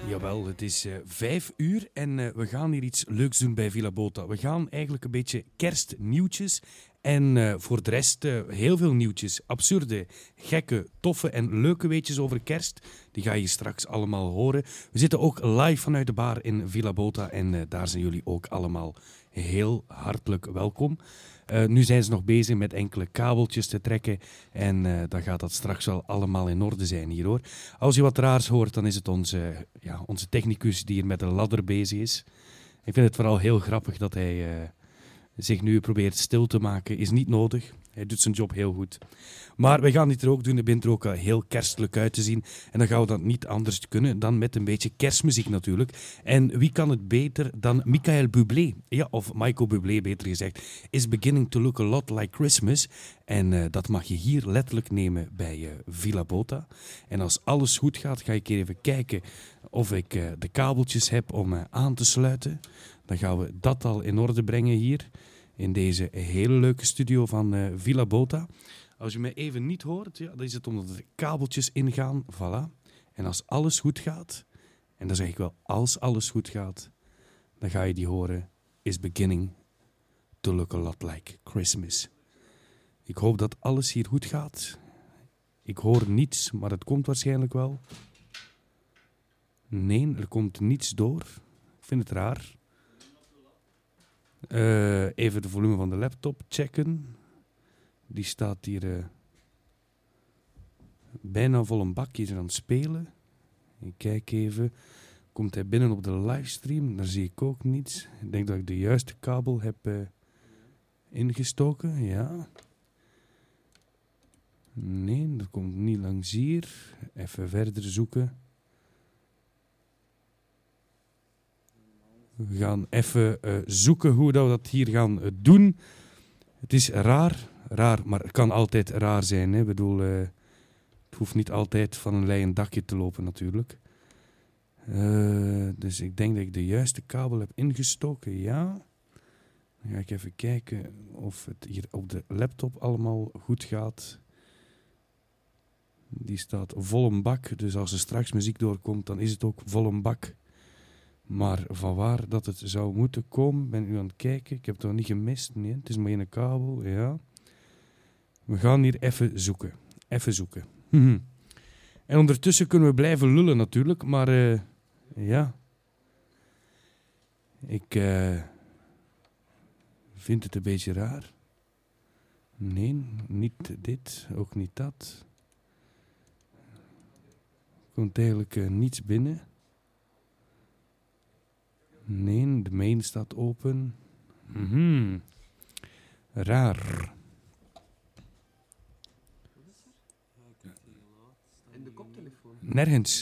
Jawel, het is 5 uur en we gaan hier iets leuks doen bij Villa Bota. We gaan eigenlijk een beetje kerstnieuwtjes en voor de rest heel veel nieuwtjes. Absurde, gekke, toffe en leuke weetjes over kerst. Die ga je straks allemaal horen. We zitten ook live vanuit de bar in Villa Bota en daar zijn jullie ook allemaal heel hartelijk welkom. Nu zijn ze nog bezig met enkele kabeltjes te trekken en dan gaat dat straks wel allemaal in orde zijn hier hoor. Als je wat raars hoort, dan is het onze technicus die hier met een ladder bezig is. Ik vind het vooral heel grappig dat hij zich nu probeert stil te maken. Is niet nodig. Hij doet zijn job heel goed. Maar we gaan dit er ook doen. Het begint er ook heel kerstelijk uit te zien. En dan gaan we dat niet anders kunnen dan met een beetje kerstmuziek natuurlijk. En wie kan het beter dan Michael Bublé? Ja, of Michael Bublé beter gezegd. Is beginning to look a lot like Christmas. En dat mag je hier letterlijk nemen bij Villa Bota. En als alles goed gaat, ga ik even kijken of ik de kabeltjes heb om aan te sluiten. Dan gaan we dat al in orde brengen hier. In deze hele leuke studio van Villa Bota. Als je mij even niet hoort, ja, dan is het omdat er kabeltjes ingaan. Voilà. En als alles goed gaat, en dan zeg ik wel als alles goed gaat, dan ga je die horen. Is beginning to look a lot like Christmas. Ik hoop dat alles hier goed gaat. Ik hoor niets, maar het komt waarschijnlijk wel. Nee, er komt niets door. Ik vind het raar. Even de volume van de laptop checken. Die staat hier bijna vol een bak. Is er aan het spelen. Ik kijk even. Komt hij binnen op de livestream? Daar zie ik ook niets. Ik denk dat ik de juiste kabel heb ingestoken. Ja. Nee, dat komt niet langs hier. Even verder zoeken. We gaan even zoeken hoe we dat hier gaan doen. Het is raar, maar het kan altijd raar zijn. Hè? Ik bedoel, het hoeft niet altijd van een leien dakje te lopen natuurlijk. Dus ik denk dat ik de juiste kabel heb ingestoken, ja. Dan ga ik even kijken of het hier op de laptop allemaal goed gaat. Die staat vol een bak, dus als er straks muziek doorkomt, dan is het ook vol een bak. Maar van waar dat het zou moeten komen, ben ik nu aan het kijken. Ik heb het nog niet gemist. Nee, het is maar één kabel. Ja. We gaan hier even zoeken. En ondertussen kunnen we blijven lullen natuurlijk. Maar ja. Ik vind het een beetje raar. Nee, niet dit. Ook niet dat. Er komt eigenlijk niets binnen. Nee, de main staat open. Raar. En de koptelefoon? Nergens.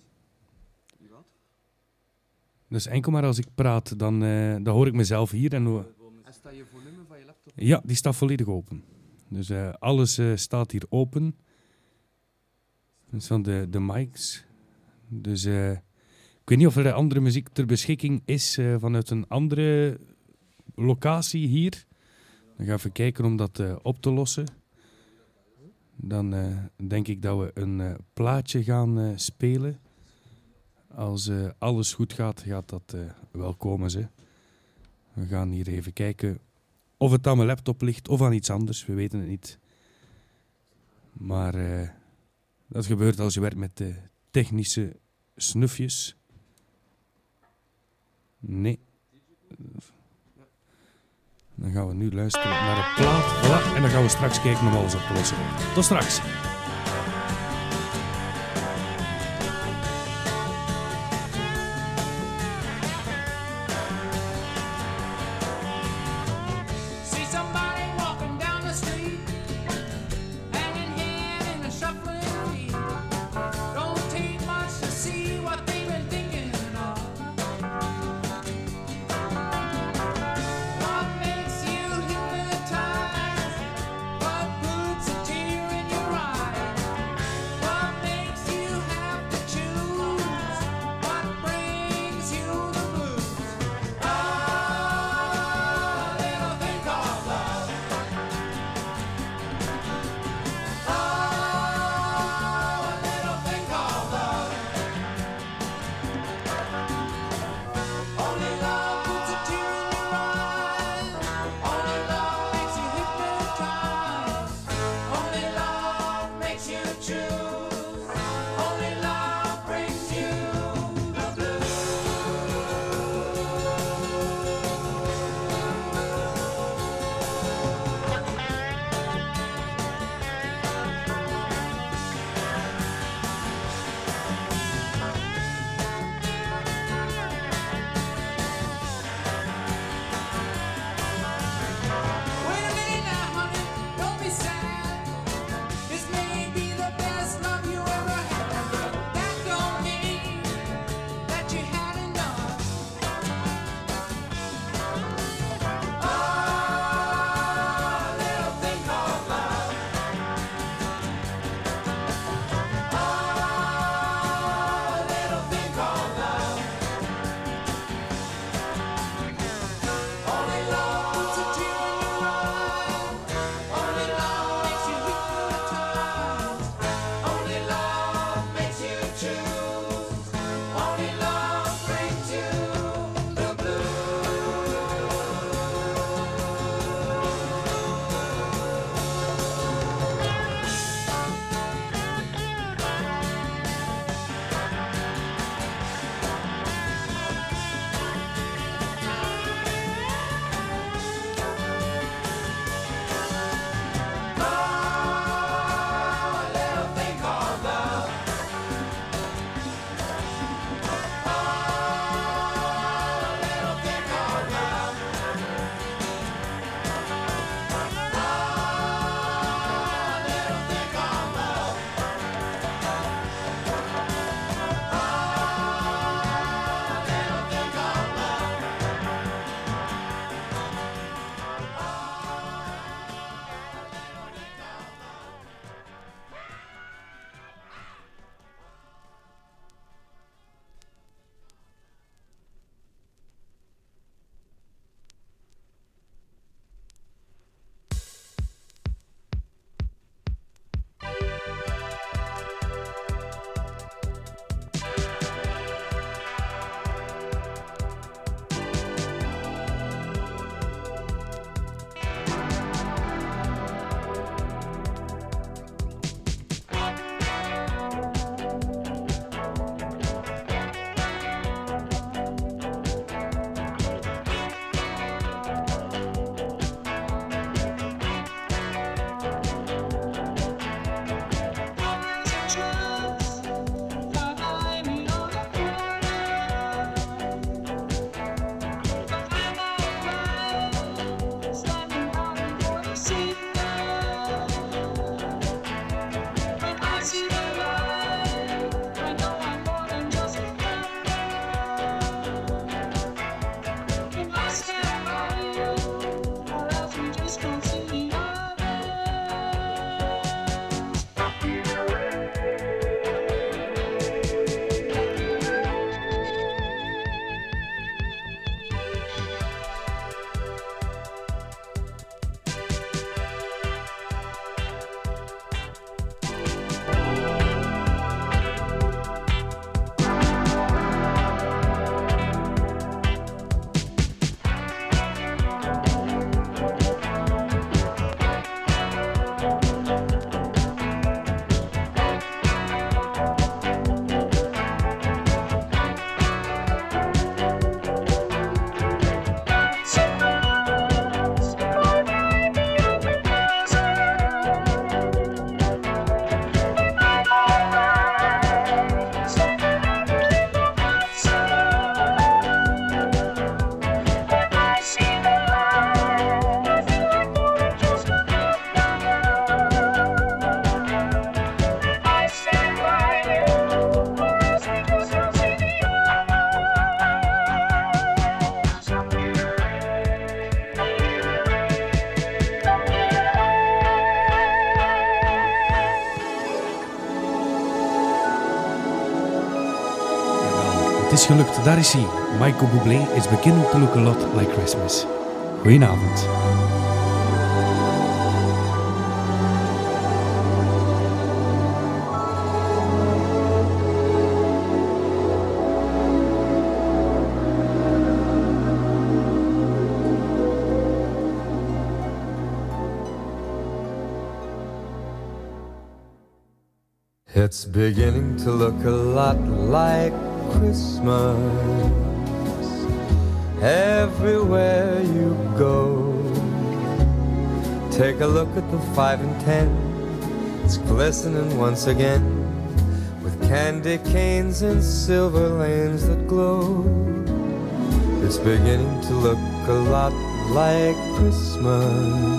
Dus enkel maar als ik praat, dan hoor ik mezelf hier. En staat je volume van je laptop? ja, die staat volledig open. Dus alles staat hier open. Dus van de mics. Dus ik weet niet of er andere muziek ter beschikking is vanuit een andere locatie hier. Dan gaan we even kijken om dat op te lossen. Dan denk ik dat we een plaatje gaan spelen. Als alles goed gaat, gaat dat wel komen. Ze. We gaan hier even kijken of het aan mijn laptop ligt of aan iets anders. We weten het niet. Maar dat gebeurt als je werkt met technische snufjes. Nee. Dan gaan we nu luisteren naar de plaat. Voilà. En dan gaan we straks kijken om alles op te lossen. Tot straks. What puts a tear in your eye? is gelukt, daar is hij. Michael Bublé is beginning to look a lot like Christmas. Goedenavond. It's beginning to look a lot like Christmas everywhere you go. Take a look at the 5 and 10. It's glistening once again with candy canes and silver lanes that glow. It's beginning to look a lot like Christmas.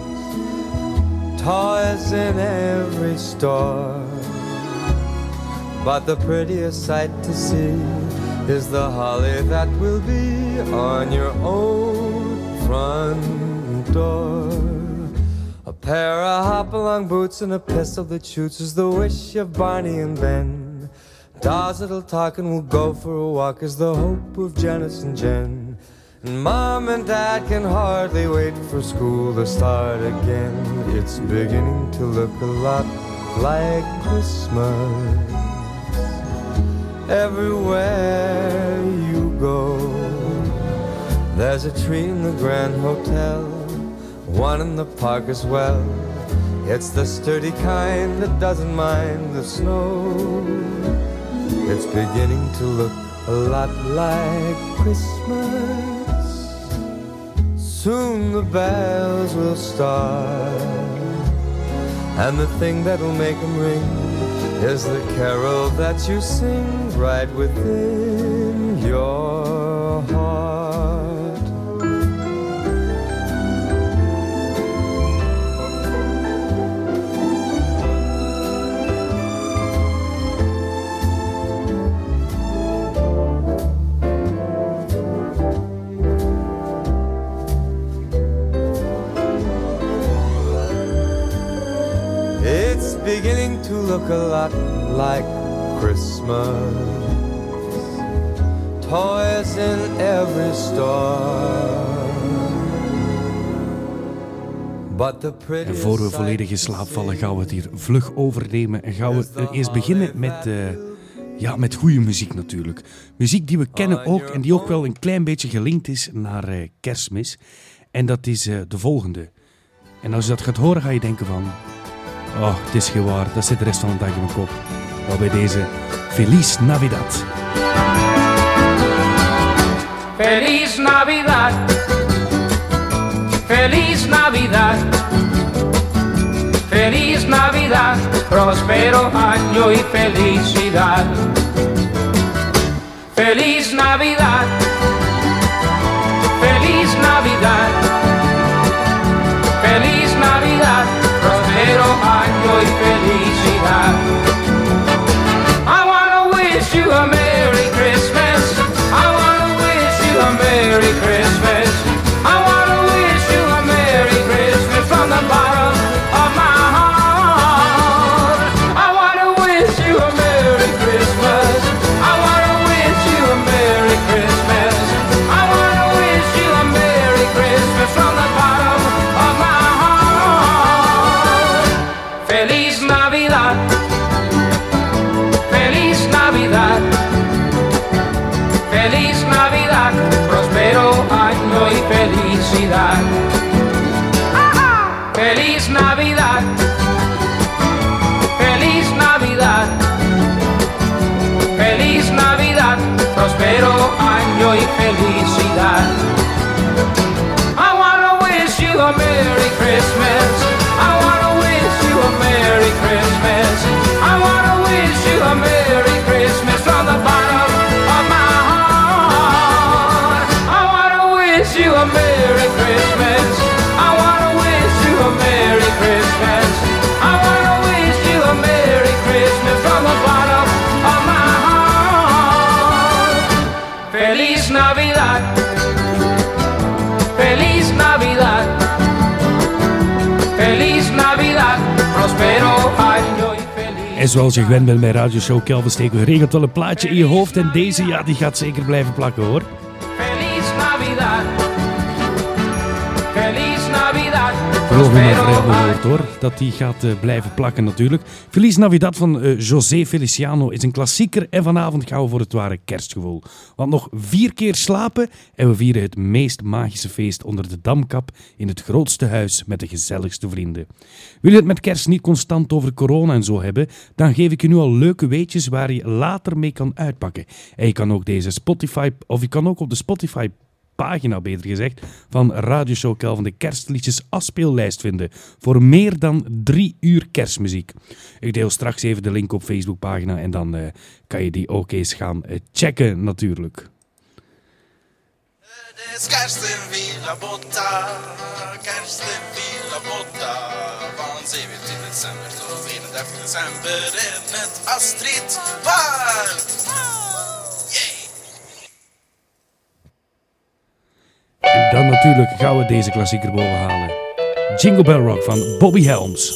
Toys in every store. But the prettiest sight to see is the holly that will be on your own front door. A pair of hop-along boots and a pistol that shoots is the wish of Barney and Ben. Dolls that'll talk and will go for a walk is the hope of Janice and Jen. And Mom and Dad can hardly wait for school to start again. It's beginning to look a lot like Christmas everywhere you go. There's a tree in the Grand Hotel, one in the park as well. It's the sturdy kind that doesn't mind the snow. It's beginning to look a lot like Christmas. Soon the bells will start, and the thing that'll make them ring is the carol that you sing right within your heart. It's beginning to look a lot like Christmas. Toys in every store. But the En voor we volledig in slaap vallen, gaan we het hier vlug overnemen. En gaan we eerst beginnen met goede muziek natuurlijk. Muziek die we kennen ook en die ook wel een klein beetje gelinkt is naar Kerstmis. En dat is de volgende. En als je dat gaat horen, ga je denken van... Oh, het is geen waar. Dat zit de rest van de dag in mijn kop. Wel bij deze Feliz Navidad. Feliz Navidad. Feliz Navidad. Feliz Navidad. Prospero año y felicidad. Feliz Navidad. Feliz Navidad. Feliz Navidad. Prospero año y felicidad. I wanna wish you a Merry Christmas. I wanna wish you a Merry Christmas. I wanna wish you a Merry Christmas from the bottom of my heart. I wanna wish you a Merry Christmas. I wanna wish you a Merry Christmas. I wanna wish you a Merry Christmas from the bottom of my heart. Feliz Navidad. Feliz Navidad. Feliz Navidad. Prospero año y felicidad. Feliz Navidad. Feliz Navidad. Feliz Navidad. Prospero año y felicidad. I wanna wish you a Merry Christmas. I wanna wish you a Merry Christmas. I wanna wish you a Merry Christmas from the bottom of my heart. I wanna wish you a Merry Christmas. I wanna wish you a Merry Christmas. I wanna wish you a Merry Christmas from the bottom of my heart. Feliz Navidad. Feliz Navidad. Feliz Navidad. Prospero año y felicidad. En zoals je gewend bent bij Radioshow Kelvin, steken we geregeld wel een plaatje in je hoofd. En deze, ja, die gaat zeker blijven plakken, hoor. Feliz Navidad. Feliz Navidad. Geloof me maar vrij behoord, hoor. Dat die gaat blijven plakken natuurlijk. Feliz Navidad van José Feliciano is een klassieker. En vanavond gaan we voor het ware kerstgevoel. Want nog 4 keer slapen en we vieren het meest magische feest onder de Damkap in het grootste huis met de gezelligste vrienden. Wil je het met kerst niet constant over corona en zo hebben, dan geef ik je nu al leuke weetjes waar je later mee kan uitpakken. En je kan ook deze Spotify, of je kan ook op de Spotify pagina, beter gezegd, van Radioshow Kelvin de kerstliedjes afspeellijst vinden voor meer dan 3 uur kerstmuziek. Ik deel straks even de link op Facebookpagina en dan kan je die ook eens gaan checken natuurlijk. Det är Karsten Villa borta, Karsten Villa borta. Vad säger vi till december så vinner efter december ämnet Astrid Park. En dan natuurlijk gaan we deze klassieker bovenhalen. Jingle Bell Rock van Bobby Helms.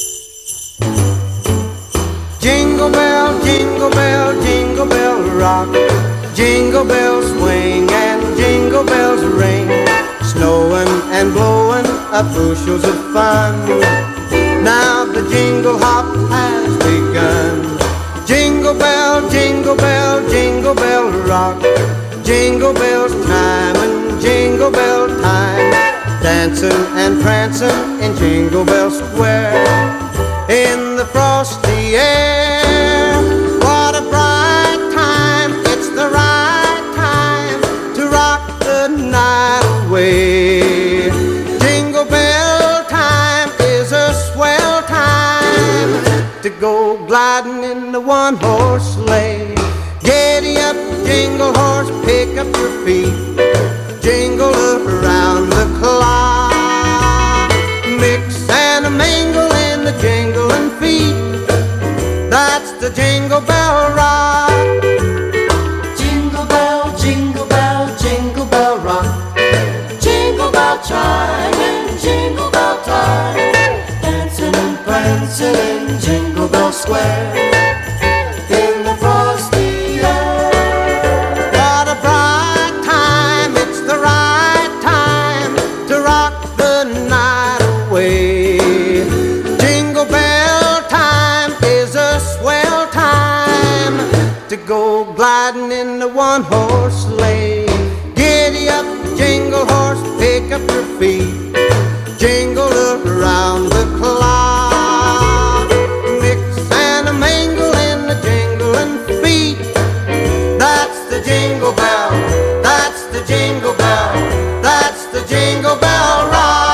Jingle bell, jingle bell, jingle bell rock. Jingle bells swing and jingle bells ring. Snowing and blowing up bushels of fun. Now the jingle hop has begun. Jingle bell, jingle bell, jingle bell rock. Jingle bells time and jingle bell time. Dancing and prancing in Jingle Bell Square. In the frosty air, what a bright time. It's the right time to rock the night away. Jingle bell time is a swell time to go gliding in the one-horse sleigh. Giddy up, jingle horse, pick up your feet. Jingle around the clock. Mix and a mingle in the jingling feet. That's the Jingle Bell Rock. Jingle bell, jingle bell, jingle bell rock. Jingle bell chime and jingle bell time. Dancing and prancing in Jingle Bell Square. In the frosty air. What a bright time, it's the right time to rock the night away. Jingle bell time is a swell time to go gliding in the one-horse sleigh. Giddy up, jingle horse, pick up your feet. Jingle around the clock. Mix and a mingle in the jingling feet. That's the jingle bell, that's the jingle bell, that's the Jingle Bell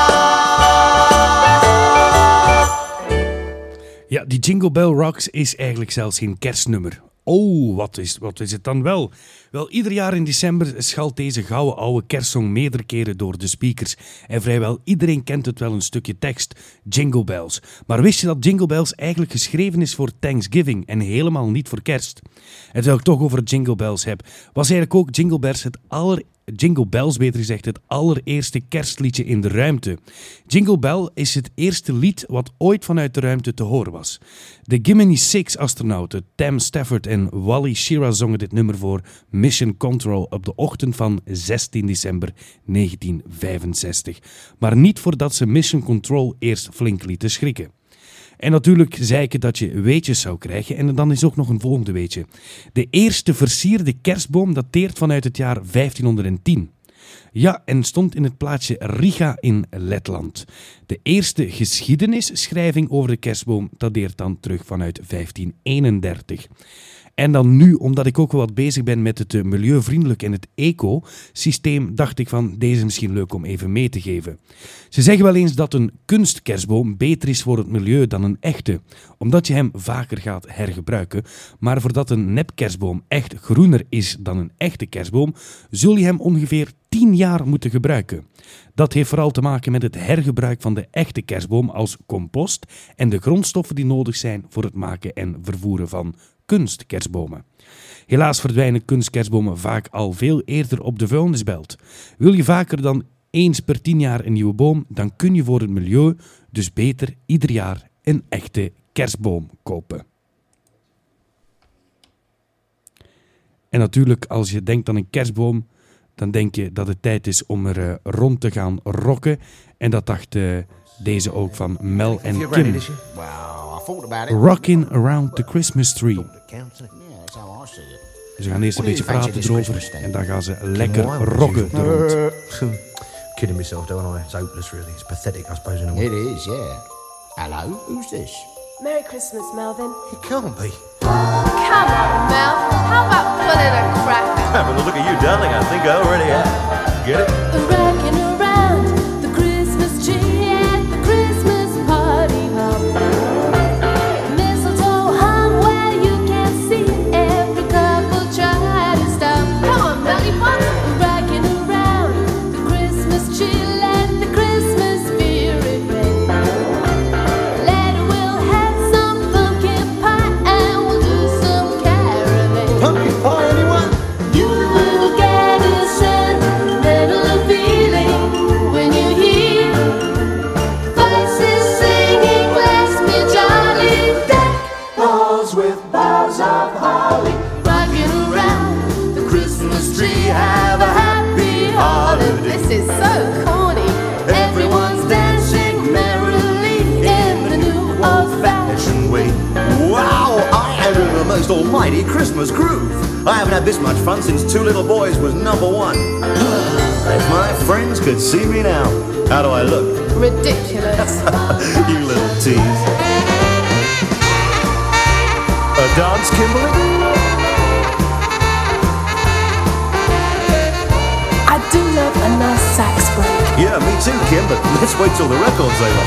Rock. Ja, die Jingle Bell Rocks is eigenlijk zelfs geen kerstnummer. Oh, wat is het dan wel? Wel, ieder jaar in december schalt deze gouden oude kerstsong meerdere keren door de speakers. En vrijwel iedereen kent het wel een stukje tekst, Jingle Bells. Maar wist je dat Jingle Bells eigenlijk geschreven is voor Thanksgiving en helemaal niet voor kerst? En terwijl ik toch over Jingle Bells heb, was eigenlijk ook Jingle Bells het allereerste kerstliedje in de ruimte. Jingle Bell is het eerste lied wat ooit vanuit de ruimte te horen was. De Gemini 6-astronauten Tam Stafford en Wally Schirra zongen dit nummer voor Mission Control op de ochtend van 16 december 1965. Maar niet voordat ze Mission Control eerst flink lieten schrikken. En natuurlijk zei ik dat je weetjes zou krijgen en dan is ook nog een volgende weetje. De eerste versierde kerstboom dateert vanuit het jaar 1510. Ja, en stond in het plaatsje Riga in Letland. De eerste geschiedenisschrijving over de kerstboom dateert dan terug vanuit 1531. En dan nu, omdat ik ook wel wat bezig ben met het milieuvriendelijk en het eco-systeem, dacht ik van deze misschien leuk om even mee te geven. Ze zeggen wel eens dat een kunstkerstboom beter is voor het milieu dan een echte, omdat je hem vaker gaat hergebruiken. Maar voordat een nepkerstboom echt groener is dan een echte kerstboom, zul je hem ongeveer 10 jaar moeten gebruiken. Dat heeft vooral te maken met het hergebruik van de echte kerstboom als compost en de grondstoffen die nodig zijn voor het maken en vervoeren van kunstkerstbomen. Helaas verdwijnen kunstkerstbomen vaak al veel eerder op de vuilnisbelt. Wil je vaker dan eens per 10 jaar een nieuwe boom, dan kun je voor het milieu dus beter ieder jaar een echte kerstboom kopen. En natuurlijk, als je denkt aan een kerstboom, dan denk je dat het tijd is om er rond te gaan rocken. En dat dacht deze ook van Mel en Kim. Rocking Around the Christmas Tree. Ze gaan eerst een beetje praten erover en dan gaan ze lekker rocken er rond. Kidding myself, don't I? It's hopeless, really. It's pathetic, I suppose, in a way. It is, yeah. Hello, who's this? Merry Christmas, Melvin. It can't be. Come on, Mel. How about pulling a cracker? Having a look at you, darling. I think I already have. Get it? Rocking around the Christmas tree at the Christmas party hop. Mistletoe hung where you can see every couple try to stop. Come on, Melly Pop. Rocking around the Christmas tree, let the Christmas spirit ring. Later we'll have some pumpkin pie and we'll do some caroling. Pumpkin pie, anyone? You will get a sentimental feeling when you hear voices singing, "Bless me, Charlie." Deck halls with boughs of holly, rocking around the Christmas tree. Have a happy holiday. This is so corny. Everyone's dancing merrily in the new old-fashioned way. Wow, I am in the most almighty Christmas groove. I haven't had this much fun since Two Little Boys was #1. If my friends could see me now, how do I look? Ridiculous. You little tease. A dance, Kimberly? I do love a nice sax break. Yeah, me too, Kim, but let's wait till the record's over.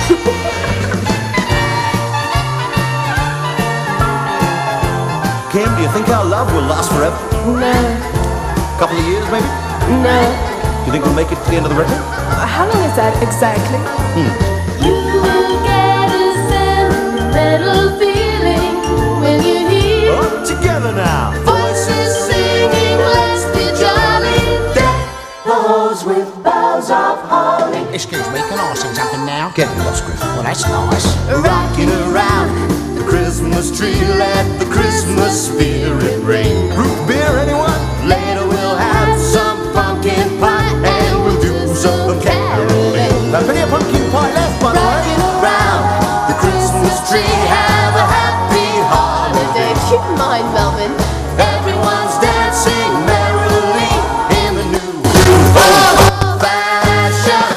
Kim, do you think our love will last forever? No, Couple of years, maybe? no. Do you think we'll make it to the end of the record? How long is that exactly? You will get a sentimental feeling when you hear Oh, together now. voices singing, "Let's be jolly." Deck the halls with boughs of holly, Excuse me, can I sing something now? Getting lost, Griff. Well, that's nice. Rocking around the Christmas tree, let the Christmas spirit ring. Root beer, anyone? Later we'll have some pumpkin pie and we'll do some caroling. Now, plenty of pumpkin pie left, by the way. rocking around the Christmas tree. Have a happy holiday. Keep in mind, Melvin, everyone's dancing merrily in the new old-fashioned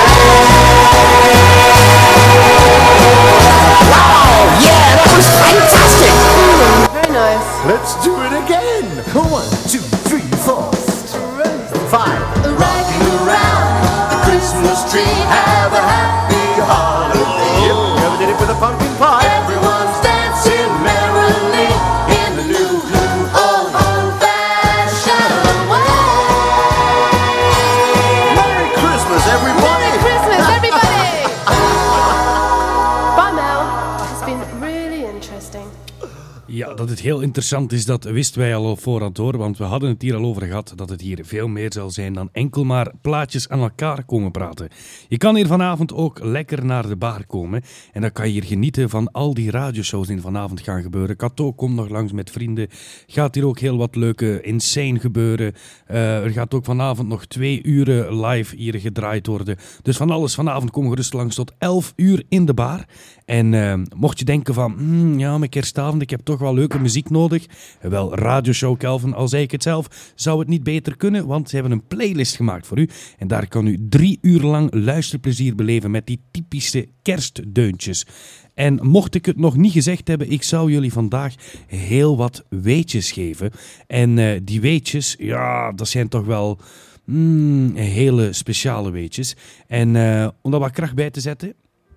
Yeah, that was fantastic! Very nice. Let's do it again. 1, 2, 3, 4, 5. Rocking around the Christmas tree. Have a happy holiday. Yep, never did it with a pumpkin pie. Everyone's dancing merrily in the new old-fashioned way. Merry Christmas, everybody. Merry Christmas, everybody! Bye, Mel. It's been really interesting. Ja, dat het heel interessant is, dat wisten wij al op voorhand hoor, want we hadden het hier al over gehad dat het hier veel meer zal zijn dan enkel maar plaatjes aan elkaar komen praten. Je kan hier vanavond ook lekker naar de bar komen en dan kan je hier genieten van al die radioshows die vanavond gaan gebeuren. Kato komt nog langs met vrienden, gaat hier ook heel wat leuke insane gebeuren. Er gaat ook vanavond nog 2 uren live hier gedraaid worden. Dus van alles vanavond, kom gerust langs tot 11 uur in de bar. En mocht je denken van, ja, mijn kerstavond, ik heb toch wel leuke muziek nodig. Wel, Radioshow Kelvin, al zei ik het zelf, zou het niet beter kunnen, want ze hebben een playlist gemaakt voor u. En daar kan u 3 uur lang luisterplezier beleven met die typische kerstdeuntjes. En mocht ik het nog niet gezegd hebben, ik zou jullie vandaag heel wat weetjes geven. En die weetjes, ja, dat zijn toch wel hele speciale weetjes. En om daar wat kracht bij te zetten,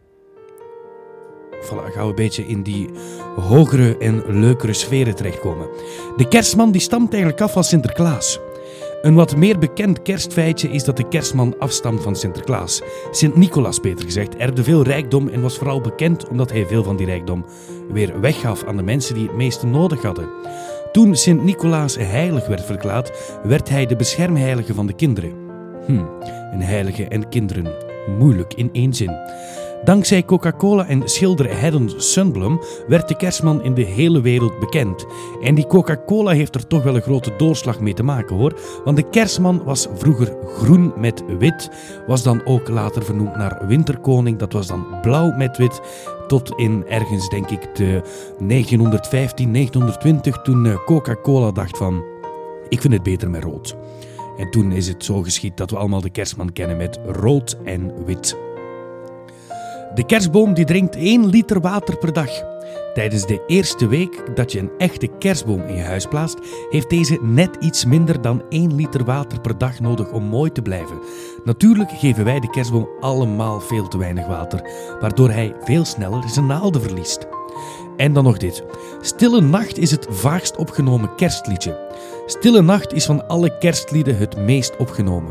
voilà, gaan we een beetje in die hogere en leukere sferen terechtkomen. De kerstman die stamt eigenlijk af van Sinterklaas. Een wat meer bekend kerstfeitje is dat de kerstman afstamt van Sinterklaas. Sint-Nicolaas, beter gezegd, erfde veel rijkdom en was vooral bekend omdat hij veel van die rijkdom weer weggaf aan de mensen die het meeste nodig hadden. Toen Sint-Nicolaas heilig werd verklaard, werd hij de beschermheilige van de kinderen. Een heilige en kinderen. Moeilijk in één zin. Dankzij Coca-Cola en schilder Haddon Sundblom werd de kerstman in de hele wereld bekend. En die Coca-Cola heeft er toch wel een grote doorslag mee te maken hoor. Want de kerstman was vroeger groen met wit, was dan ook later vernoemd naar Winterkoning. Dat was dan blauw met wit. Tot in ergens denk ik de 1915, 1920 toen Coca-Cola dacht van ik vind het beter met rood. En toen is het zo geschied dat we allemaal de kerstman kennen met rood en wit. De kerstboom die drinkt 1 liter water per dag. Tijdens de eerste week dat je een echte kerstboom in je huis plaatst, heeft deze net iets minder dan 1 liter water per dag nodig om mooi te blijven. Natuurlijk geven wij de kerstboom allemaal veel te weinig water, waardoor hij veel sneller zijn naalden verliest. En dan nog dit. Stille Nacht is het vaagst opgenomen kerstliedje. Stille Nacht is van alle kerstlieden het meest opgenomen.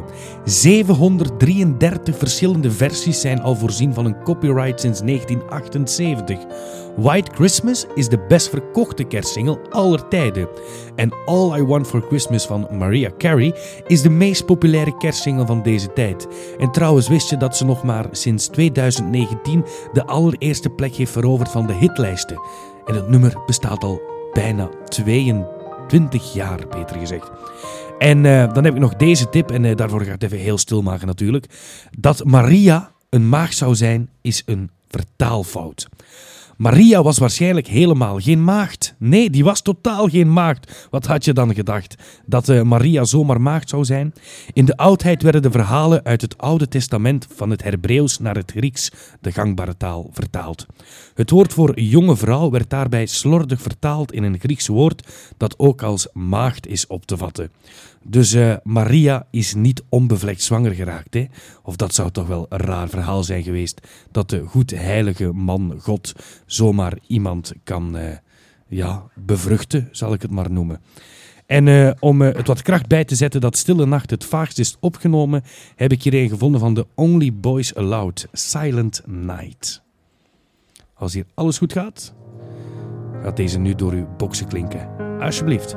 733 verschillende versies zijn al voorzien van een copyright sinds 1978. White Christmas is de best verkochte kerstsingle aller tijden. En All I Want for Christmas van Mariah Carey is de meest populaire kerstsingle van deze tijd. En trouwens wist je dat ze nog maar sinds 2019 de allereerste plek heeft veroverd van de hitlijsten. En het nummer bestaat al bijna 22 jaar, beter gezegd. En dan heb ik nog deze tip, en daarvoor ga ik het even heel stil maken natuurlijk. Dat Maria een maagd zou zijn, is een vertaalfout. Maria was waarschijnlijk helemaal geen maagd. Nee, die was totaal geen maagd. Wat had je dan gedacht? Dat Maria zomaar maagd zou zijn? In de oudheid werden de verhalen uit het Oude Testament van het Hebreeuws naar het Grieks, de gangbare taal, vertaald. Het woord voor jonge vrouw werd daarbij slordig vertaald in een Grieks woord dat ook als maagd is op te vatten. Dus Maria is niet onbevlekt zwanger geraakt. Hè? Of dat zou toch wel een raar verhaal zijn geweest. Dat de goed heilige man God zomaar iemand kan bevruchten, zal ik het maar noemen. En om het wat kracht bij te zetten dat Stille Nacht het vaagst is opgenomen, heb ik hier een gevonden van de Only Boys Allowed, Silent Night. Als hier alles goed gaat, gaat deze nu door uw boksen klinken. Alsjeblieft.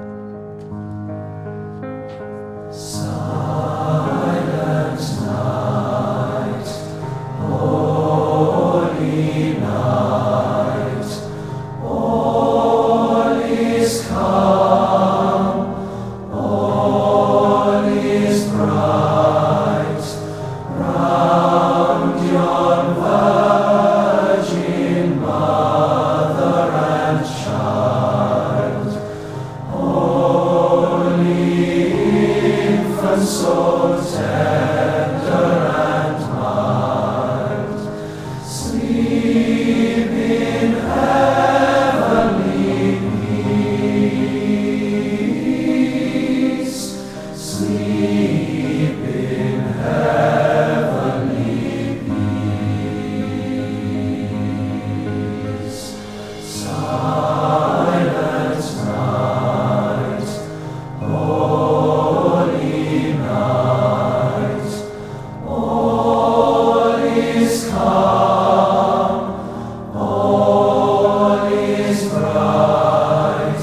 Silent night, holy night, all is calm, all is bright, round yon virgin mother and child, holy infant so tender and mild, sleep in heavenly peace, sleep in heavenly peace. Silent night, holy night, all is calm, all is bright,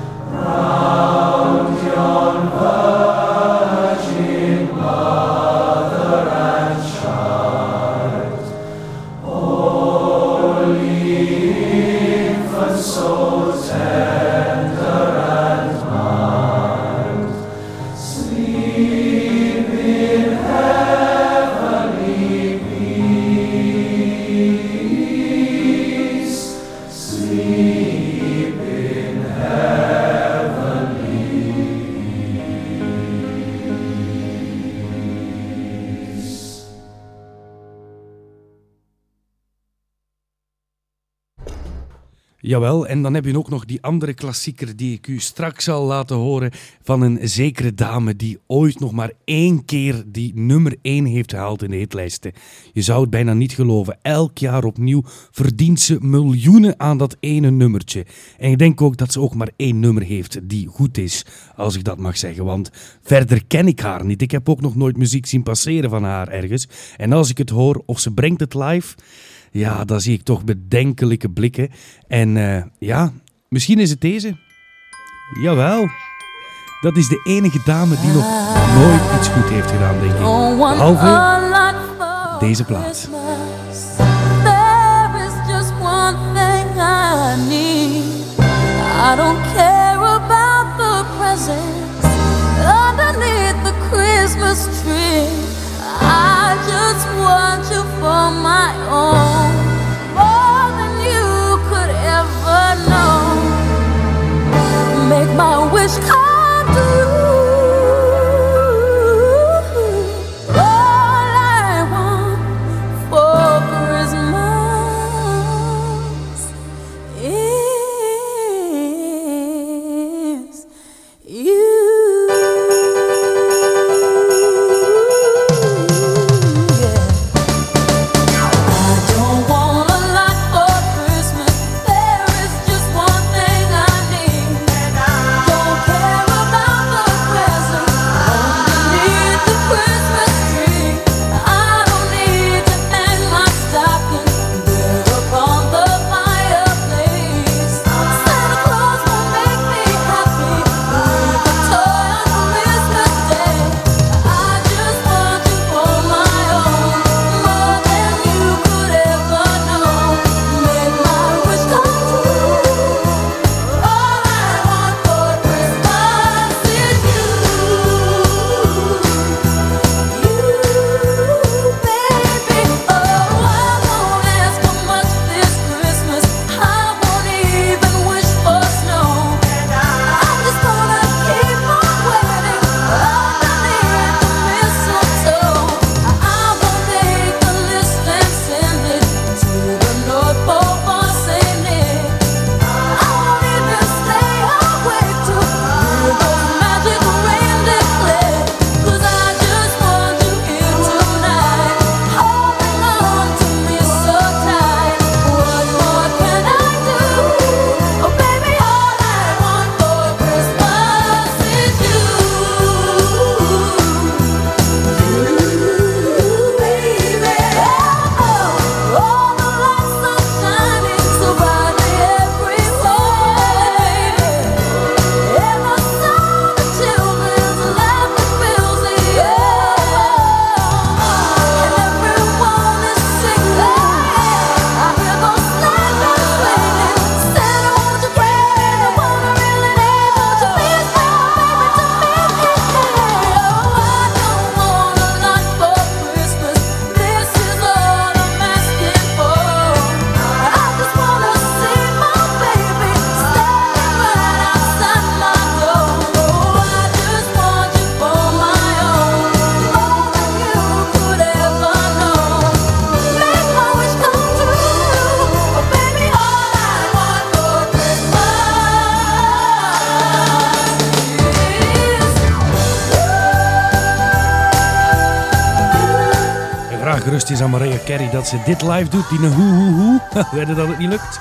round yon virgin mother and child, holy infant so tender and mild, sleep in heavenly peace, sleep in heavenly peace. Jawel, en dan heb je ook nog die andere klassieker die ik u straks zal laten horen van een zekere dame die ooit nog maar 1 keer die nummer 1 heeft gehaald in de hitlijsten. Je zou het bijna niet geloven. Elk jaar opnieuw verdient ze miljoenen aan dat ene nummertje. En ik denk ook dat ze ook maar 1 nummer heeft die goed is, als ik dat mag zeggen. Want verder ken ik haar niet. Ik heb ook nog nooit muziek zien passeren van haar ergens. En als ik het hoor of ze brengt het live, ja, dan zie ik toch bedenkelijke blikken. En misschien is het deze. Jawel. Dat is de enige dame die nog nooit iets goed heeft gedaan, denk ik. Behalve deze plaat. I need. I don't care about the presents underneath the Christmas tree. I just want you for my own, more than you could ever know. Make my wish come true. All I want for Christmas is you. Gerust is aan Mariah Carey dat ze dit live doet, die hoe. Wedden dat het niet lukt?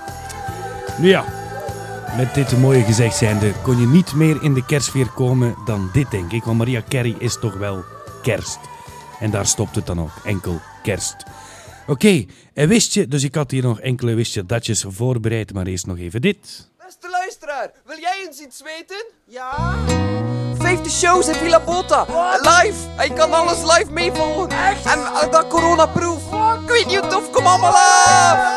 Nu ja, met dit mooie gezegd zijnde kon je niet meer in de kerstsfeer komen dan dit, denk ik. Want Mariah Carey is toch wel kerst. En daar stopt het dan ook, enkel kerst. Oké, en wist je, dus ik had hier nog enkele wist je datjes voorbereid, maar eerst nog even dit. Beste luisteraar, wil jij eens iets weten? Ja? 50 shows in Villa Bota. Live. En je kan alles live meevolgen. Echt? En dat coronaproof. Ik weet niet hoe tof, kom allemaal af.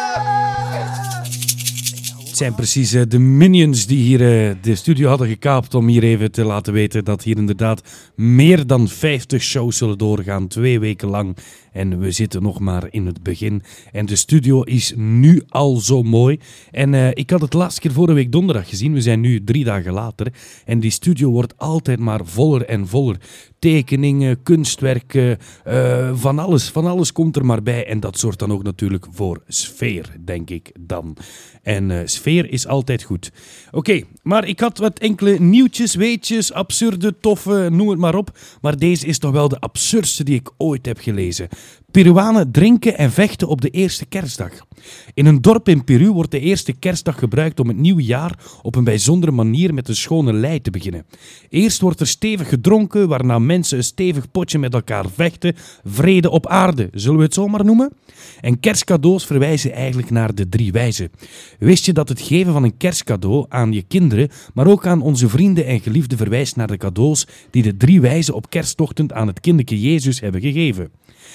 Het zijn precies de minions die hier de studio hadden gekaapt om hier even te laten weten dat hier inderdaad meer dan 50 shows zullen doorgaan, 2 weken lang. En we zitten nog maar in het begin. En de studio is nu al zo mooi. En ik had het laatste keer vorige week donderdag gezien. We zijn nu 3 dagen later. En die studio wordt altijd maar voller en voller. Tekeningen, kunstwerken, van alles komt er maar bij. En dat zorgt dan ook natuurlijk voor sfeer, denk ik dan. En sfeer is altijd goed. Oké, maar ik had wat enkele nieuwtjes, weetjes, absurde, toffe, noem het maar op. Maar deze is toch wel de absurdste die ik ooit heb gelezen. Peruanen drinken en vechten op de eerste kerstdag. In een dorp in Peru wordt de eerste kerstdag gebruikt om het nieuwe jaar op een bijzondere manier met een schone lei te beginnen. Eerst wordt er stevig gedronken, waarna mensen een stevig potje met elkaar vechten. Vrede op aarde, zullen we het zo maar noemen? En kerstcadeaus verwijzen eigenlijk naar de 3 wijzen. Wist je dat het geven van een kerstcadeau aan je kinderen, maar ook aan onze vrienden en geliefden verwijst naar de cadeaus die de 3 wijzen op kerstochtend aan het kinderke Jezus hebben gegeven? En de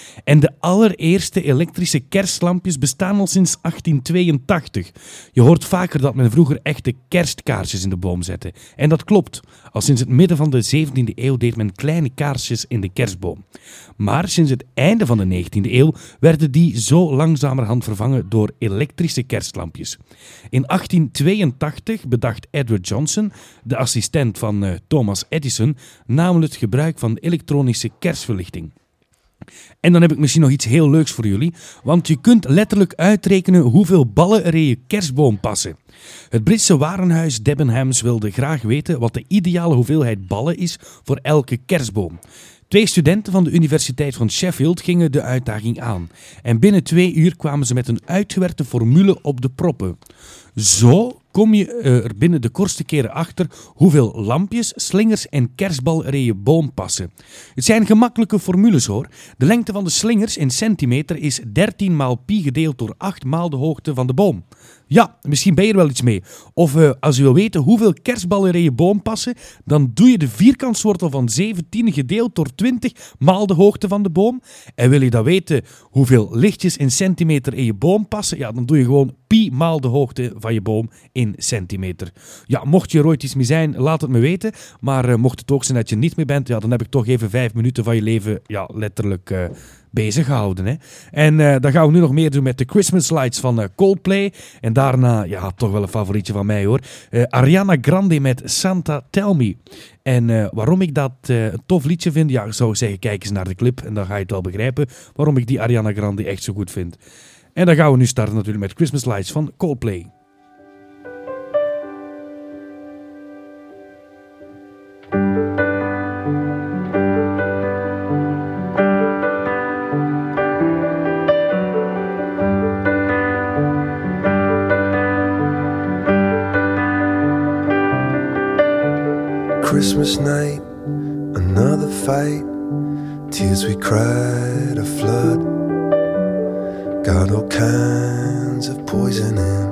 de allereerste elektrische kerstlampjes bestaan al sinds 1882. Je hoort vaker dat men vroeger echte kerstkaarsjes in de boom zette. En dat klopt. Al sinds het midden van de 17e eeuw deed men kleine kaarsjes in de kerstboom. Maar sinds het einde van de 19e eeuw werden die zo langzamerhand vervangen door elektrische kerstlampjes. In 1882 bedacht Edward Johnson, de assistent van Thomas Edison, namelijk het gebruik van elektronische kerstverlichting. En dan heb ik misschien nog iets heel leuks voor jullie, want je kunt letterlijk uitrekenen hoeveel ballen er in je kerstboom passen. Het Britse warenhuis Debenhams wilde graag weten wat de ideale hoeveelheid ballen is voor elke kerstboom. 2 studenten van de Universiteit van Sheffield gingen de uitdaging aan. En binnen 2 uur kwamen ze met een uitgewerkte formule op de proppen. Zo kom je er binnen de kortste keren achter hoeveel lampjes, slingers en kerstbal er in je boom passen. Het zijn gemakkelijke formules hoor. De lengte van de slingers in centimeter is 13 maal pi gedeeld door 8 maal de hoogte van de boom. Ja, misschien ben je er wel iets mee. Of als je wil weten hoeveel kerstballen er in je boom passen, dan doe je de vierkantswortel van 17 gedeeld door 20 maal de hoogte van de boom. En wil je dan weten hoeveel lichtjes in centimeter in je boom passen, ja, dan doe je gewoon pi maal de hoogte van je boom in centimeter. Ja, mocht je er ooit iets mee zijn, laat het me weten. Maar mocht het ook zijn dat je niet mee bent, ja, dan heb ik toch even 5 minuten van je leven letterlijk bezig gehouden. Hè? En dan gaan we nu nog meer doen met de Christmas Lights van Coldplay. En daarna, ja, toch wel een favorietje van mij hoor. Ariana Grande met Santa Tell Me. En waarom ik dat een tof liedje vind, ja, ik zou zeggen, kijk eens naar de clip en dan ga je het wel begrijpen waarom ik die Ariana Grande echt zo goed vind. En dan gaan we nu starten natuurlijk met Christmas Lights van Coldplay. Christmas night, another fight, tears we cried, a flood. Got all kinds of poison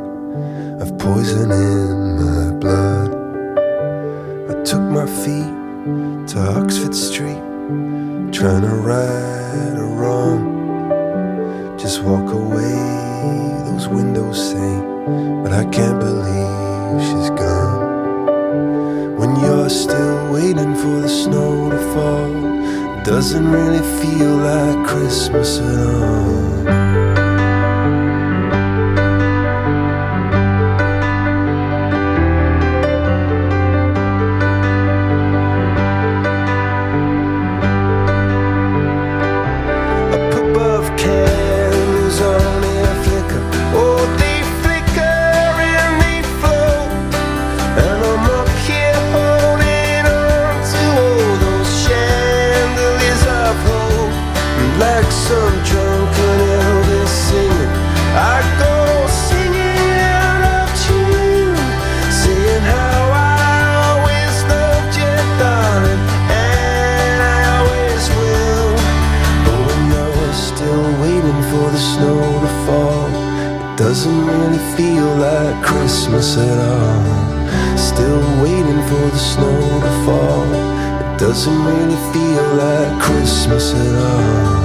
in my blood. I took my feet to Oxford Street, trying to right a wrong. Just walk away, those windows say, but I can't believe she's gone. When you're still waiting for the snow to fall, it doesn't really feel like Christmas at all. Doesn't really feel like Christmas at all. Still waiting for the snow to fall. It doesn't really feel like Christmas at all.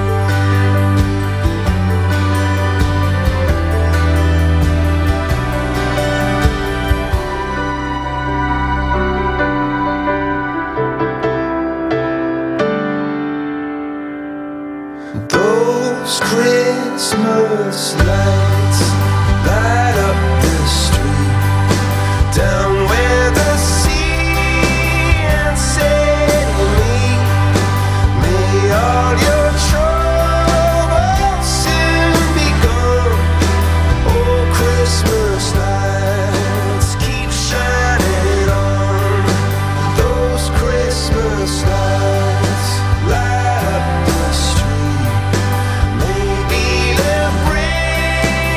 Those Christmas lights light up the street, down where the sea and sail meet. May all your troubles soon be gone. Oh, Christmas lights keep shining on. Those Christmas lights light up the street. Maybe they'll bring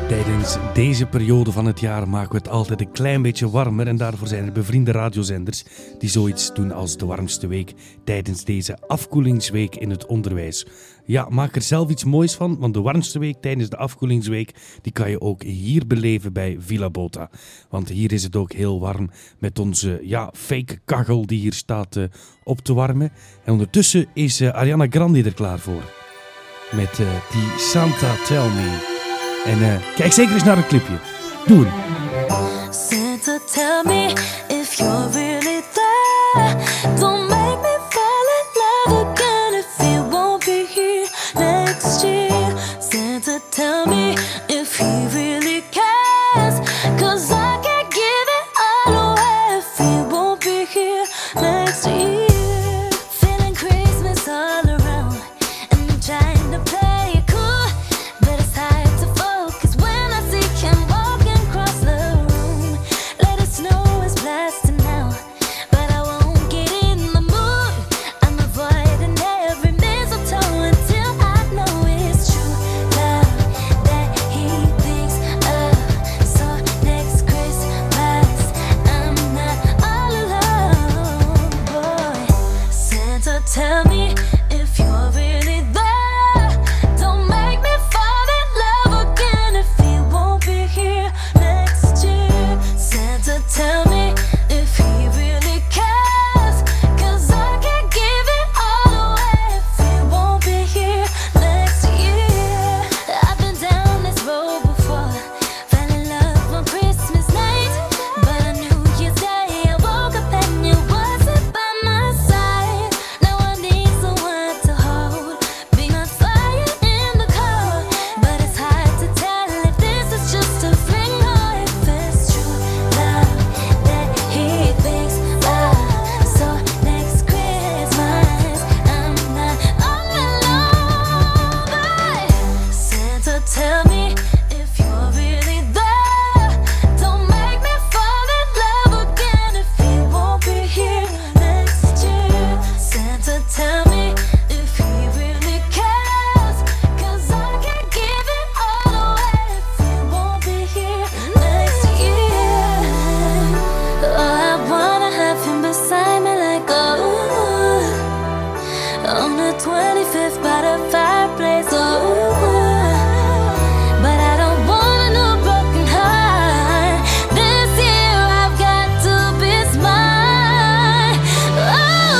Tijdens deze periode van het jaar maken we het altijd een klein beetje warmer en daarvoor zijn er bevriende radiozenders die zoiets doen als de warmste week tijdens deze afkoelingsweek in het onderwijs. Ja, maak er zelf iets moois van, want de warmste week tijdens de afkoelingsweek die kan je ook hier beleven bij Villa Bota. Want hier is het ook heel warm met onze fake kachel die hier staat op te warmen. En ondertussen is Ariana Grande er klaar voor met die Santa Tell Me. En kijk zeker eens naar het clipje. Doe het. Santa, tell me if you're really there. Don't make me fall in love again if you won't be here next year. Santa, tell me if he really cares. 'Cause I can't give it all away if he won't be here next year. Feeling Christmas all around and I'm trying to play it cool, but it's hard to focus when I see him walking across the room. Let it snow is blasting now, but I won't get in the mood. I'm avoiding every mistletoe until I know it's true love that he thinks of. So next Christmas I'm not all alone, boy. Santa, tell me if you're really there. Don't make me fall in love again if he won't be here next year. Santa, tell me if he really cares. 'Cause I can't give it all away if he won't be here next year. I've been down this road before, fell in love on Christmas night, but on New Year's Day I woke up and you wasn't by my side. Now I need someone to hold, being on fire in the cold, but it's hard to tell if this is just a fling or if it's true love that he thinks of. So next Christmas I'm not all alone, but Santa, tell me if you're really there. Don't make me fall in love again if he won't be here next year. Santa, tell me if he really cares. 'Cause I can't give it all away if he won't be here next year. Oh, I wanna have him beside me like on the 25th by the fireplace. But I don't want a new broken heart. This year I've got to be smart. Oh,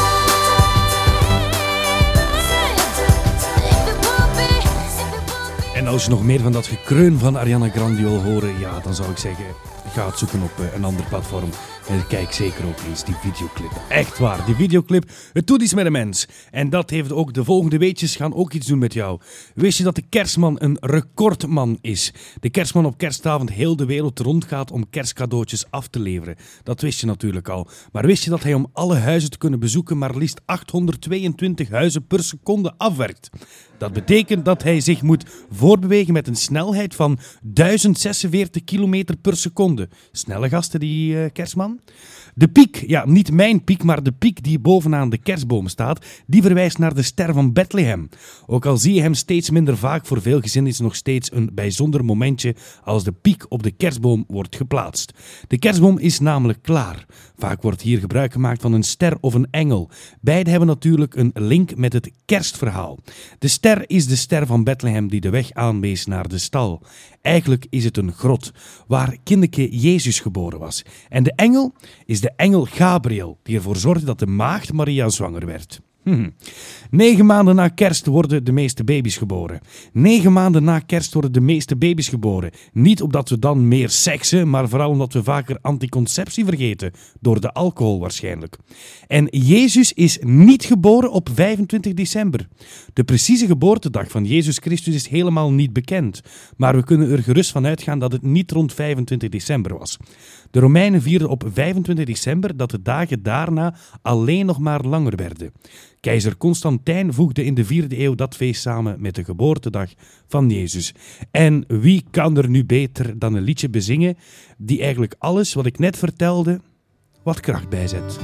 En als je nog meer van dat gekreun van Ariana Grande wil horen, ja, dan zou ik zeggen, ga het zoeken op een ander platform. En kijk zeker ook eens die videoclip. Echt waar, die videoclip, het doet iets met een mens. En dat heeft ook de volgende weetjes gaan ook iets doen met jou. Wist je dat de kerstman een recordman is? De kerstman op kerstavond heel de wereld rondgaat om kerstcadeautjes af te leveren. Dat wist je natuurlijk al. Maar wist je dat hij om alle huizen te kunnen bezoeken maar liefst 822 huizen per seconde afwerkt? Dat betekent dat hij zich moet voorbewegen met een snelheid van 1046 kilometer per seconde. Snelle gasten, die kerstman. De piek, ja, niet mijn piek, maar de piek die bovenaan de kerstboom staat, die verwijst naar de ster van Bethlehem. Ook al zie je hem steeds minder vaak, voor veel gezinnen is het nog steeds een bijzonder momentje als de piek op de kerstboom wordt geplaatst. De kerstboom is namelijk klaar. Vaak wordt hier gebruik gemaakt van een ster of een engel. Beide hebben natuurlijk een link met het kerstverhaal. De ster is de ster van Bethlehem die de weg aanwees naar de stal. Eigenlijk is het een grot waar kindeke Jezus geboren was. En de engel is de engel Gabriel die ervoor zorgde dat de maagd Maria zwanger werd. 9 maanden na kerst worden de meeste baby's geboren. 9 maanden na kerst worden de meeste baby's geboren. Niet omdat we dan meer seksen, maar vooral omdat we vaker anticonceptie vergeten. Door de alcohol waarschijnlijk. En Jezus is niet geboren op 25 december. De precieze geboortedag van Jezus Christus is helemaal niet bekend. Maar we kunnen er gerust van uitgaan dat het niet rond 25 december was. De Romeinen vierden op 25 december dat de dagen daarna alleen nog maar langer werden. Keizer Constantijn voegde in de 4e eeuw dat feest samen met de geboortedag van Jezus. En wie kan er nu beter dan een liedje bezingen die eigenlijk alles wat ik net vertelde wat kracht bijzet.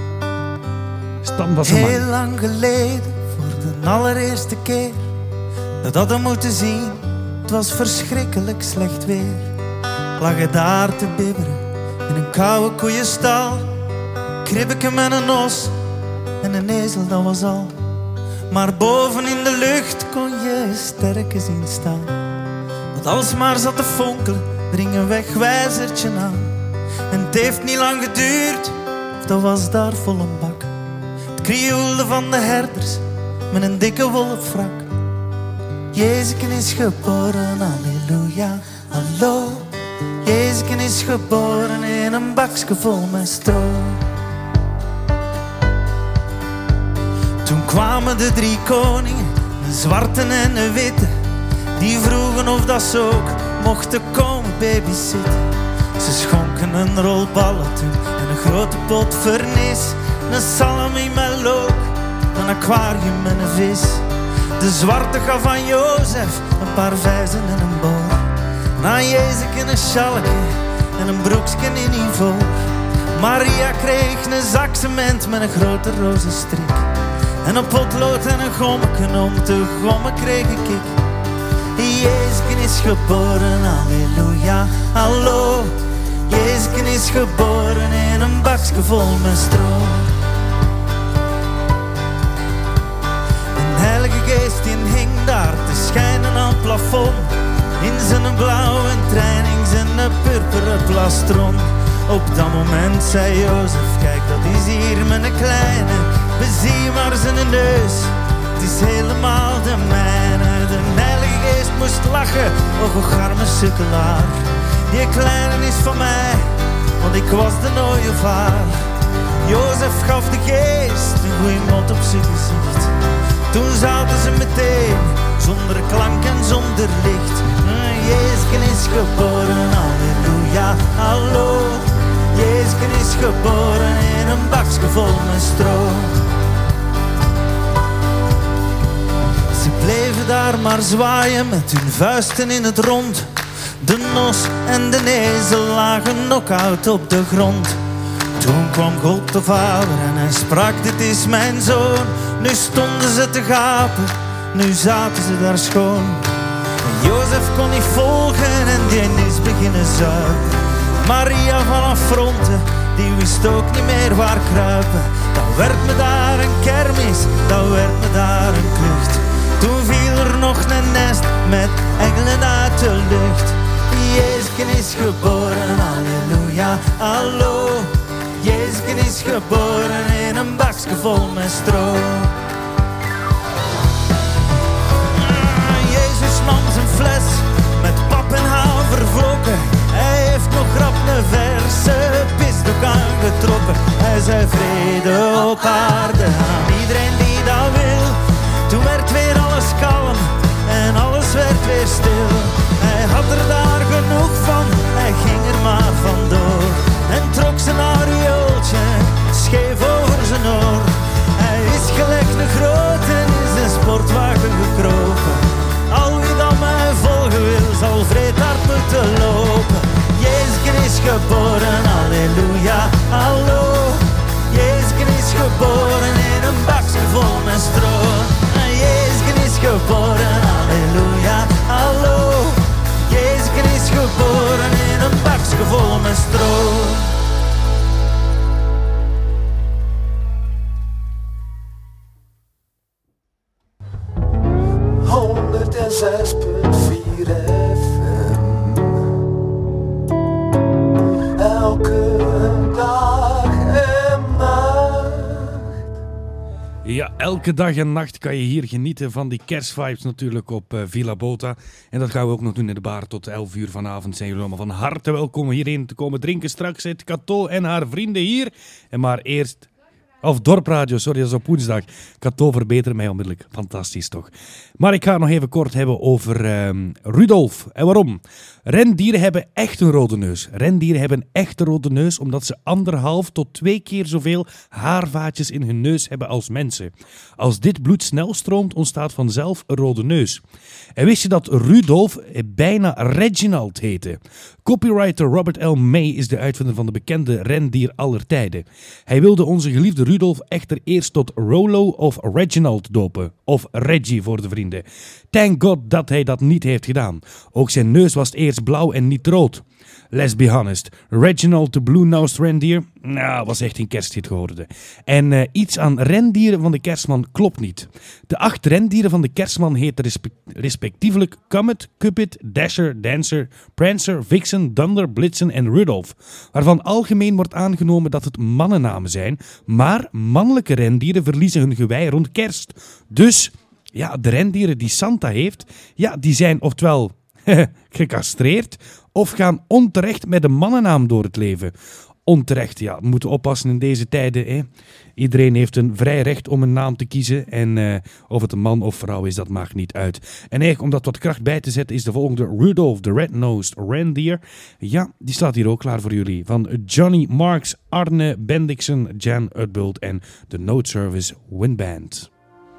Stan was een man. Heel lang geleden, voor de allereerste keer, dat hadden moeten zien Het was verschrikkelijk slecht weer. Lag hij daar te bibberen in een koude koeienstal. Kribbeke met een os en een ezel, dat was al. Maar boven in de lucht kon je sterken zien staan. Dat alsmaar zat te fonkelen, er hing een wegwijzertje aan. En het heeft niet lang geduurd, of dat was daar vol een bak. Het krioelde van de herders met een dikke wollen frak. Jezuken is geboren, halleluja, hallo. Jezuken is geboren in een bakje vol met stro. Toen kwamen de 3 koningen, een zwarte en een witte. Die vroegen of dat ze ook mochten komen babysitten. Ze schonken een rol ballen toe en een grote pot vernis. Een salami met look, een aquarium en een vis. De zwarte gaf aan Jozef een paar vijzen en een boor. En aan Jezus een schalke en een broekje in ivoor. Maria kreeg een zak cement met een grote roze strik. En een potlood en een gommeken om te gommen kreeg ik. Jezus is geboren, halleluja, hallo. Jezus is geboren in een bakje vol met stro. Een heilige geest die hing daar te schijnen aan het plafond. In zijn blauwe training, zijn purperen plastron. Op dat moment zei Jozef, kijk dat is hier mijn kleine. Bezie maar zijn neus, het is helemaal de mijne. De heilige geest moest lachen, och arme sukkelaar. Die kleine is van mij, want ik was de ooievaar. Jozef gaf de geest een goeie mot op zijn gezicht. Toen zaten ze meteen, zonder klank en zonder licht. Jezus is geboren, halleluja, hallo. Jezus is geboren in een bakje vol met stro. Ze bleven daar maar zwaaien met hun vuisten in het rond. De nos en de ezel lagen knock-out op de grond. Toen kwam God de Vader en hij sprak, dit is mijn zoon. Nu stonden ze te gapen, nu zaten ze daar schoon. En Jozef kon niet volgen en die is beginnen zuipen. Maria van affronten, die wist ook niet meer waar kruipen. Dan werd me daar een kermis, dan werd me daar een klucht. Toen viel er nog een nest met engelen uit de lucht. Jezus is geboren, halleluja, hallo. Jezus is geboren in een bakje vol met stro. Jezus nam zijn fles met pap en havervlokken. Hij heeft nog grap een verse pisdoek aangetrokken. Hij zei vrede op aarde aan iedereen die dat wil. Toen werd weer alles kalm en alles werd weer stil. Hij had er daar genoeg van, hij ging er maar vandoor. En trok zijn aureooltje scheef over zijn oor. Hij is gelijk de groot en is een sportwagen gekropen. Al wie dan mij volgen wil, zal vreed hard moeten lopen. Jezus is geboren, halleluja, hallo. Jezus is geboren in een bakje vol met stro. Jezus is geboren, halleluja, hallo. Jezus is geboren in een bakje vol met stro. Ja, elke dag en nacht kan je hier genieten van die kerstvibes natuurlijk op Villa Bota. En dat gaan we ook nog doen in de bar tot 11 uur vanavond. Zijn jullie allemaal van harte welkom hierheen te komen drinken. Straks zit Cato en haar vrienden hier. En maar eerst... Of Dorpradio, sorry, dat is op woensdag. Cato verbetert mij onmiddellijk. Fantastisch toch. Maar ik ga het nog even kort hebben over Rudolf. En waarom? Rendieren hebben echt een rode neus. Rendieren hebben echt een rode neus omdat ze 1,5 tot 2 keer zoveel haarvaatjes in hun neus hebben als mensen. Als dit bloed snel stroomt, ontstaat vanzelf een rode neus. En wist je dat Rudolf bijna Reginald heette? Copywriter Robert L. May is de uitvinder van de bekende rendier aller tijden. Hij wilde onze geliefde Rudolf echter eerst tot Rollo of Reginald dopen. Of Reggie voor de vrienden. Thank God dat hij dat niet heeft gedaan. Ook zijn neus was eerst blauw en niet rood. Let's be honest, Reginald the Blue-Nosed Reindeer, was echt een kersthit geworden. En iets aan rendieren van de kerstman klopt niet. De 8 rendieren van de kerstman heten respectievelijk Comet, Cupid, Dasher, Dancer, Prancer, Vixen, Dunder, Blitzen en Rudolph. Waarvan algemeen wordt aangenomen dat het mannennamen zijn, maar mannelijke rendieren verliezen hun gewei rond kerst. Dus, de rendieren die Santa heeft, die zijn oftewel gecastreerd of gaan onterecht met een mannennaam door het leven. Onterecht, we moeten oppassen in deze tijden. Hè. Iedereen heeft een vrij recht om een naam te kiezen. En of het een man of vrouw is, dat maakt niet uit. En eigenlijk, om dat wat kracht bij te zetten, is de volgende Rudolph the Red-Nosed Reindeer. Ja, die staat hier ook klaar voor jullie. Van Johnny Marks, Arne Bendixen, Jan Utbult en de Note Service Windband.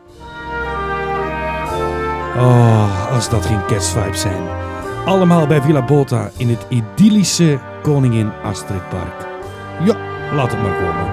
Oh, als dat geen kerstvibes zijn. Allemaal bij Villa Bota in het idyllische Koningin Astrid Park. Ja, laat het maar komen.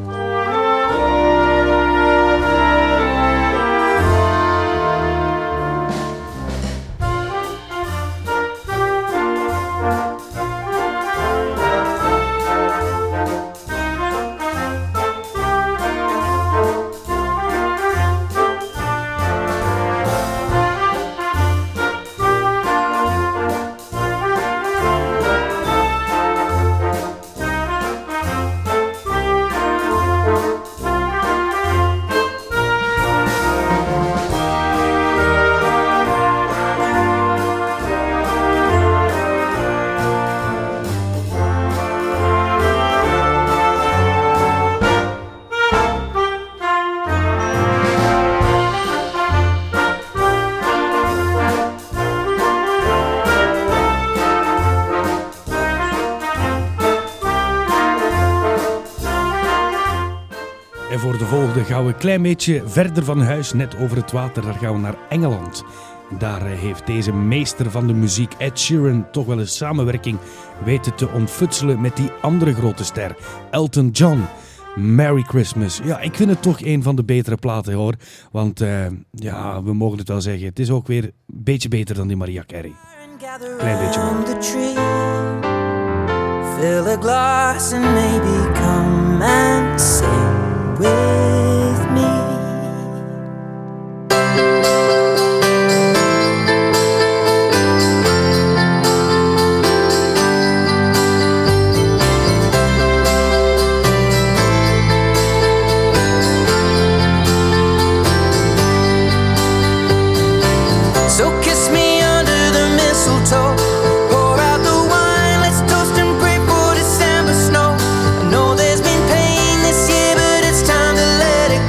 En voor de volgende gaan we een klein beetje verder van huis, net over het water. Daar gaan we naar Engeland. Daar heeft deze meester van de muziek, Ed Sheeran, toch wel een samenwerking weten te ontfutselen met die andere grote ster, Elton John. Merry Christmas. Ja, ik vind het toch een van de betere platen, hoor. Want we mogen het wel zeggen, het is ook weer een beetje beter dan die Mariah Carey. Klein beetje hoor. Fill a glass and maybe come and sing with me. So kiss me under the mistletoe. Pour out the wine, let's toast and pray for December snow. I know there's been pain this year, but it's time to let it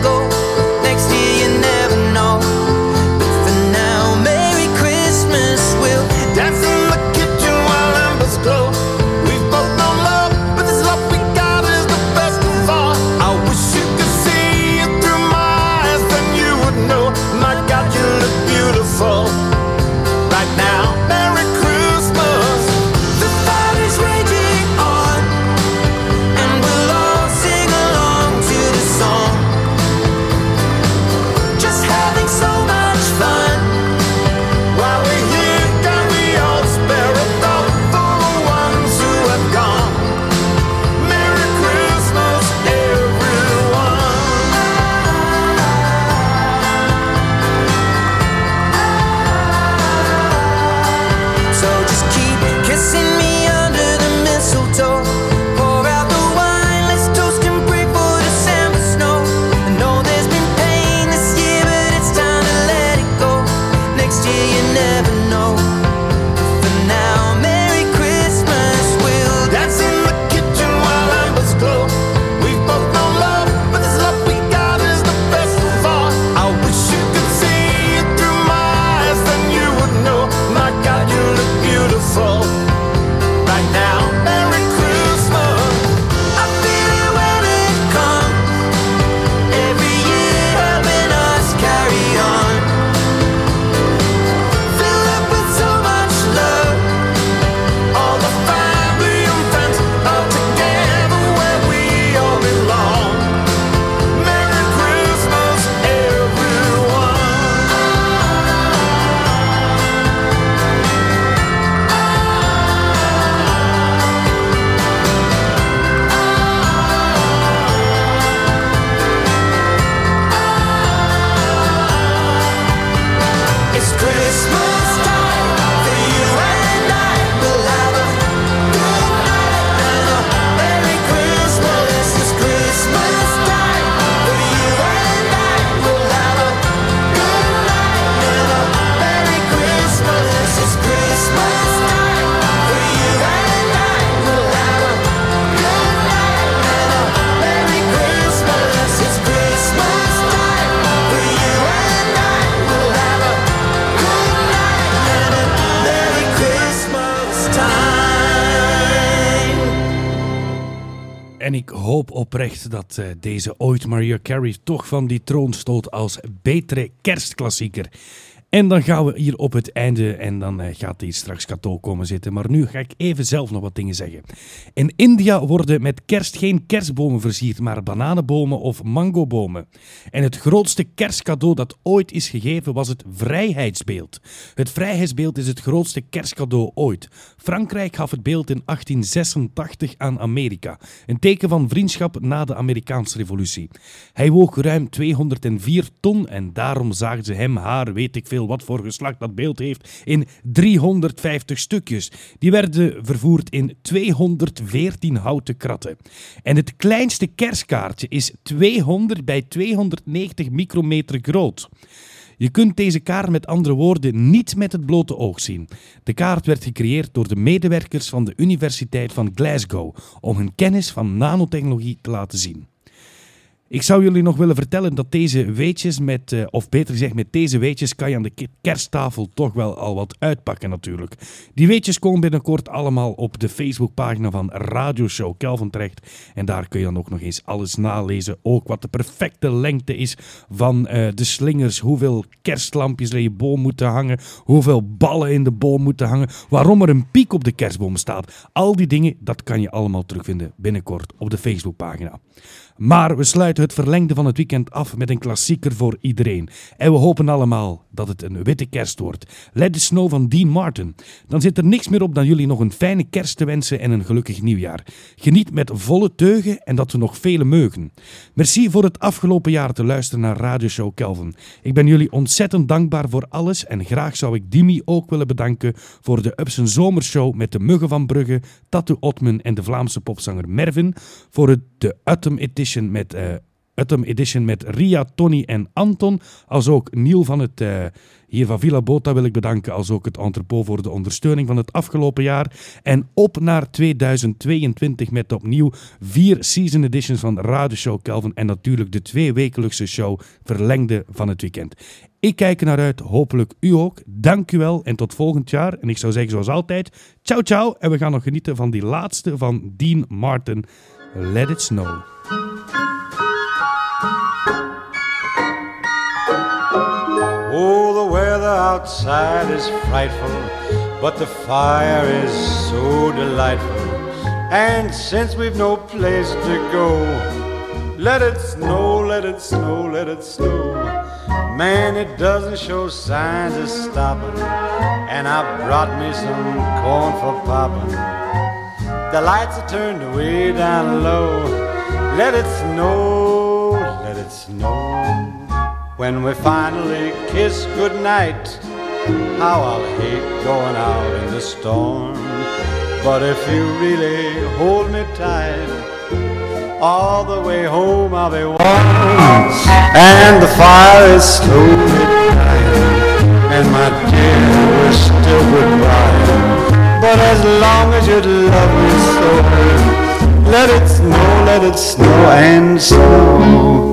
en ik hoop oprecht dat deze ooit Mariah Carey toch van die troon stoot als betere kerstklassieker. En dan gaan we hier op het einde en dan gaat hij straks cadeau komen zitten. Maar nu ga ik even zelf nog wat dingen zeggen. In India worden met kerst geen kerstbomen versierd, maar bananenbomen of mangobomen. En het grootste kerstcadeau dat ooit is gegeven was het vrijheidsbeeld. Het vrijheidsbeeld is het grootste kerstcadeau ooit. Frankrijk gaf het beeld in 1886 aan Amerika. Een teken van vriendschap na de Amerikaanse revolutie. Hij woog ruim 204 ton en daarom zaagden ze hem haar, weet ik veel wat voor geslacht dat beeld heeft, in 350 stukjes. Die werden vervoerd in 214 houten kratten. En het kleinste kerstkaartje is 200 bij 290 micrometer groot. Je kunt deze kaart met andere woorden niet met het blote oog zien. De kaart werd gecreëerd door de medewerkers van de Universiteit van Glasgow om hun kennis van nanotechnologie te laten zien. Ik zou jullie nog willen vertellen dat deze weetjes of beter gezegd met deze weetjes kan je aan de kersttafel toch wel al wat uitpakken natuurlijk. Die weetjes komen binnenkort allemaal op de Facebookpagina van Radioshow Kelvin terecht. En daar kun je dan ook nog eens alles nalezen. Ook wat de perfecte lengte is van de slingers, hoeveel kerstlampjes er in je boom moeten hangen, hoeveel ballen in de boom moeten hangen, waarom er een piek op de kerstboom staat. Al die dingen, dat kan je allemaal terugvinden binnenkort op de Facebookpagina. Maar we sluiten het verlengde van het weekend af met een klassieker voor iedereen. En we hopen allemaal dat het een witte kerst wordt. Let It Snow van Dean Martin. Dan zit er niks meer op dan jullie nog een fijne kerst te wensen en een gelukkig nieuwjaar. Geniet met volle teugen en dat we nog vele meugen. Merci voor het afgelopen jaar te luisteren naar Radioshow Kelvin. Ik ben jullie ontzettend dankbaar voor alles en graag zou ik Dimi ook willen bedanken voor de Up Zijn Zomershow met de Muggen van Brugge, Tattoo Otman en de Vlaamse popzanger Mervin. Voor de Autumn Edition met Ria, Tony en Anton. Als ook Niel van het hier van Villa Bota wil ik bedanken. Als ook het entrepot voor de ondersteuning van het afgelopen jaar. En op naar 2022 met opnieuw 4 season editions van Radioshow Kelvin. En natuurlijk de 2-wekelijkse show verlengde van het weekend. Ik kijk er naar uit, hopelijk u ook. Dank u wel en tot volgend jaar. En ik zou zeggen zoals altijd, ciao ciao. En we gaan nog genieten van die laatste van Dean Martin. Let It Snow. Oh, the weather outside is frightful, but the fire is so delightful. And since we've no place to go, let it snow, let it snow, let it snow. Man, it doesn't show signs of stopping, and I brought me some corn for popping. The lights are turned way down low. Let it snow, let it snow. When we finally kiss goodnight, how I'll hate going out in the storm. But if you really hold me tight, all the way home I'll be warm. And the fire is slowly dying, and my dear, we're still goodbye. But as long as you love me so, let it snow and snow.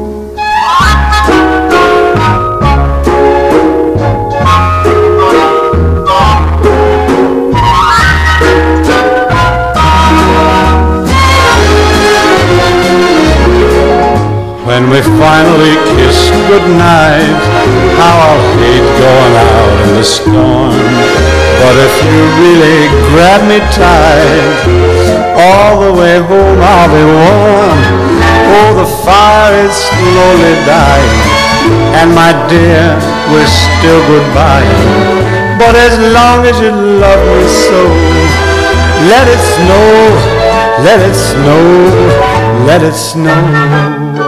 When we finally kiss goodnight, how I'll hate going out in the storm. But if you really grab me tight, all the way home I'll be warm. Oh, the fire is slowly dying, and my dear, we're still goodbying. But as long as you love me so, let it snow, let it snow, let it snow.